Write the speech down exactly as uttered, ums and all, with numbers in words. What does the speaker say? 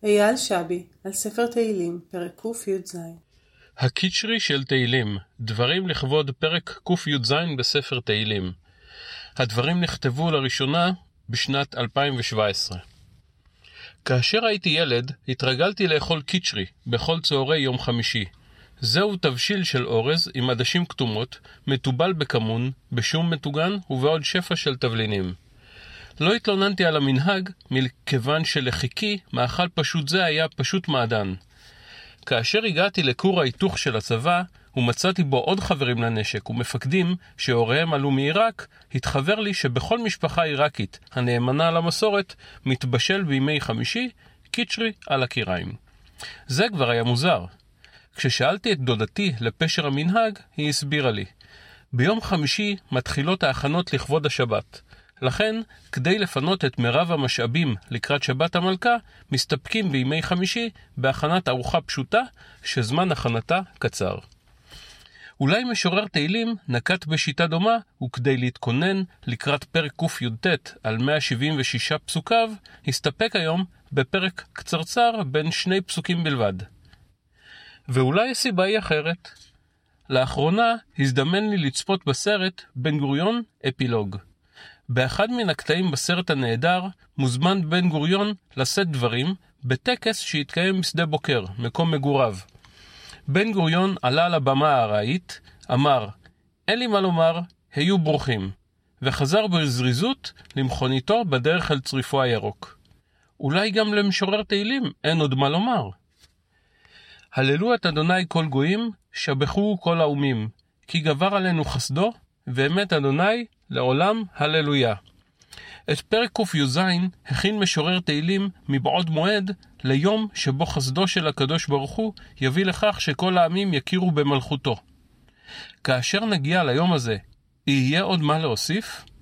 אייל שבי, על ספר תהילים, פרק ק"ז. הקיצ'רי של תהילים, דברים לכבוד פרק ק"ז בספר תהילים. הדברים נכתבו לראשונה בשנת אלפיים ושבע עשרה. כאשר הייתי ילד, התרגלתי לאכול קיצ'רי בכל צהרי יום חמישי. זהו תבשיל של אורז עם עדשים כתומות, מטובל בכמון, בשום מטוגן ובעוד שפע של תבלינים. לא התלוננתי על המנהג, מכיוון שלחיקי, מאכל פשוט זה היה פשוט מעדן. כאשר הגעתי לכור ההיתוך של הצבא, ומצאתי בו עוד חברים לנשק ומפקדים שהוריהם עלו מעיראק, התחבר לי שבכל משפחה עיראקית, הנאמנה למסורת, מתבשל בימי חמישי, קיצ'רי על הקיריים. זה כבר היה מוזר. כששאלתי את דודתי לפשר המנהג, היא הסבירה לי. ביום חמישי מתחילות ההכנות לכבוד השבת. לכן, כדי לפנות את מרב המשאבים לקראת שבת המלכה, מסתפקים בימי חמישי בהכנת ארוחה פשוטה, שזמן הכנתה קצר. אולי משורר תהילים נקט בשיטה דומה, וכדי להתכונן לקראת פרק ק"ט על מאה שבעים ושישה פסוקיו, הסתפק היום בפרק קצרצר בין שני פסוקים בלבד. ואולי הסיבה היא אחרת. לאחרונה הזדמן לי לצפות בסרט בן גוריון אפילוג. באחד מן הקטעים בסרט הנהדר מוזמן בן גוריון לשאת דברים בטקס שהתקיים בשדה בוקר, מקום מגוריו. בן גוריון עלה לבמה הארעית, אמר, אין לי מה לומר, היו ברוכים, וחזר בזריזות למכוניתו בדרך אל צריפו הירוק. אולי גם למשורר תהילים אין עוד מה לומר. הללו את אדוני כל גויים, שבחו כל האומים, כי גבר עלינו חסדו, ואמת אדוני לעולם הללויה. את פרק ק"ז הכין משורר תהילים מבעוד מועד ליום שבו חסדו של הקדוש ברוך הוא יביא לכך שכל העמים יכירו במלכותו. כאשר נגיע ליום הזה, יהיה עוד מה להוסיף?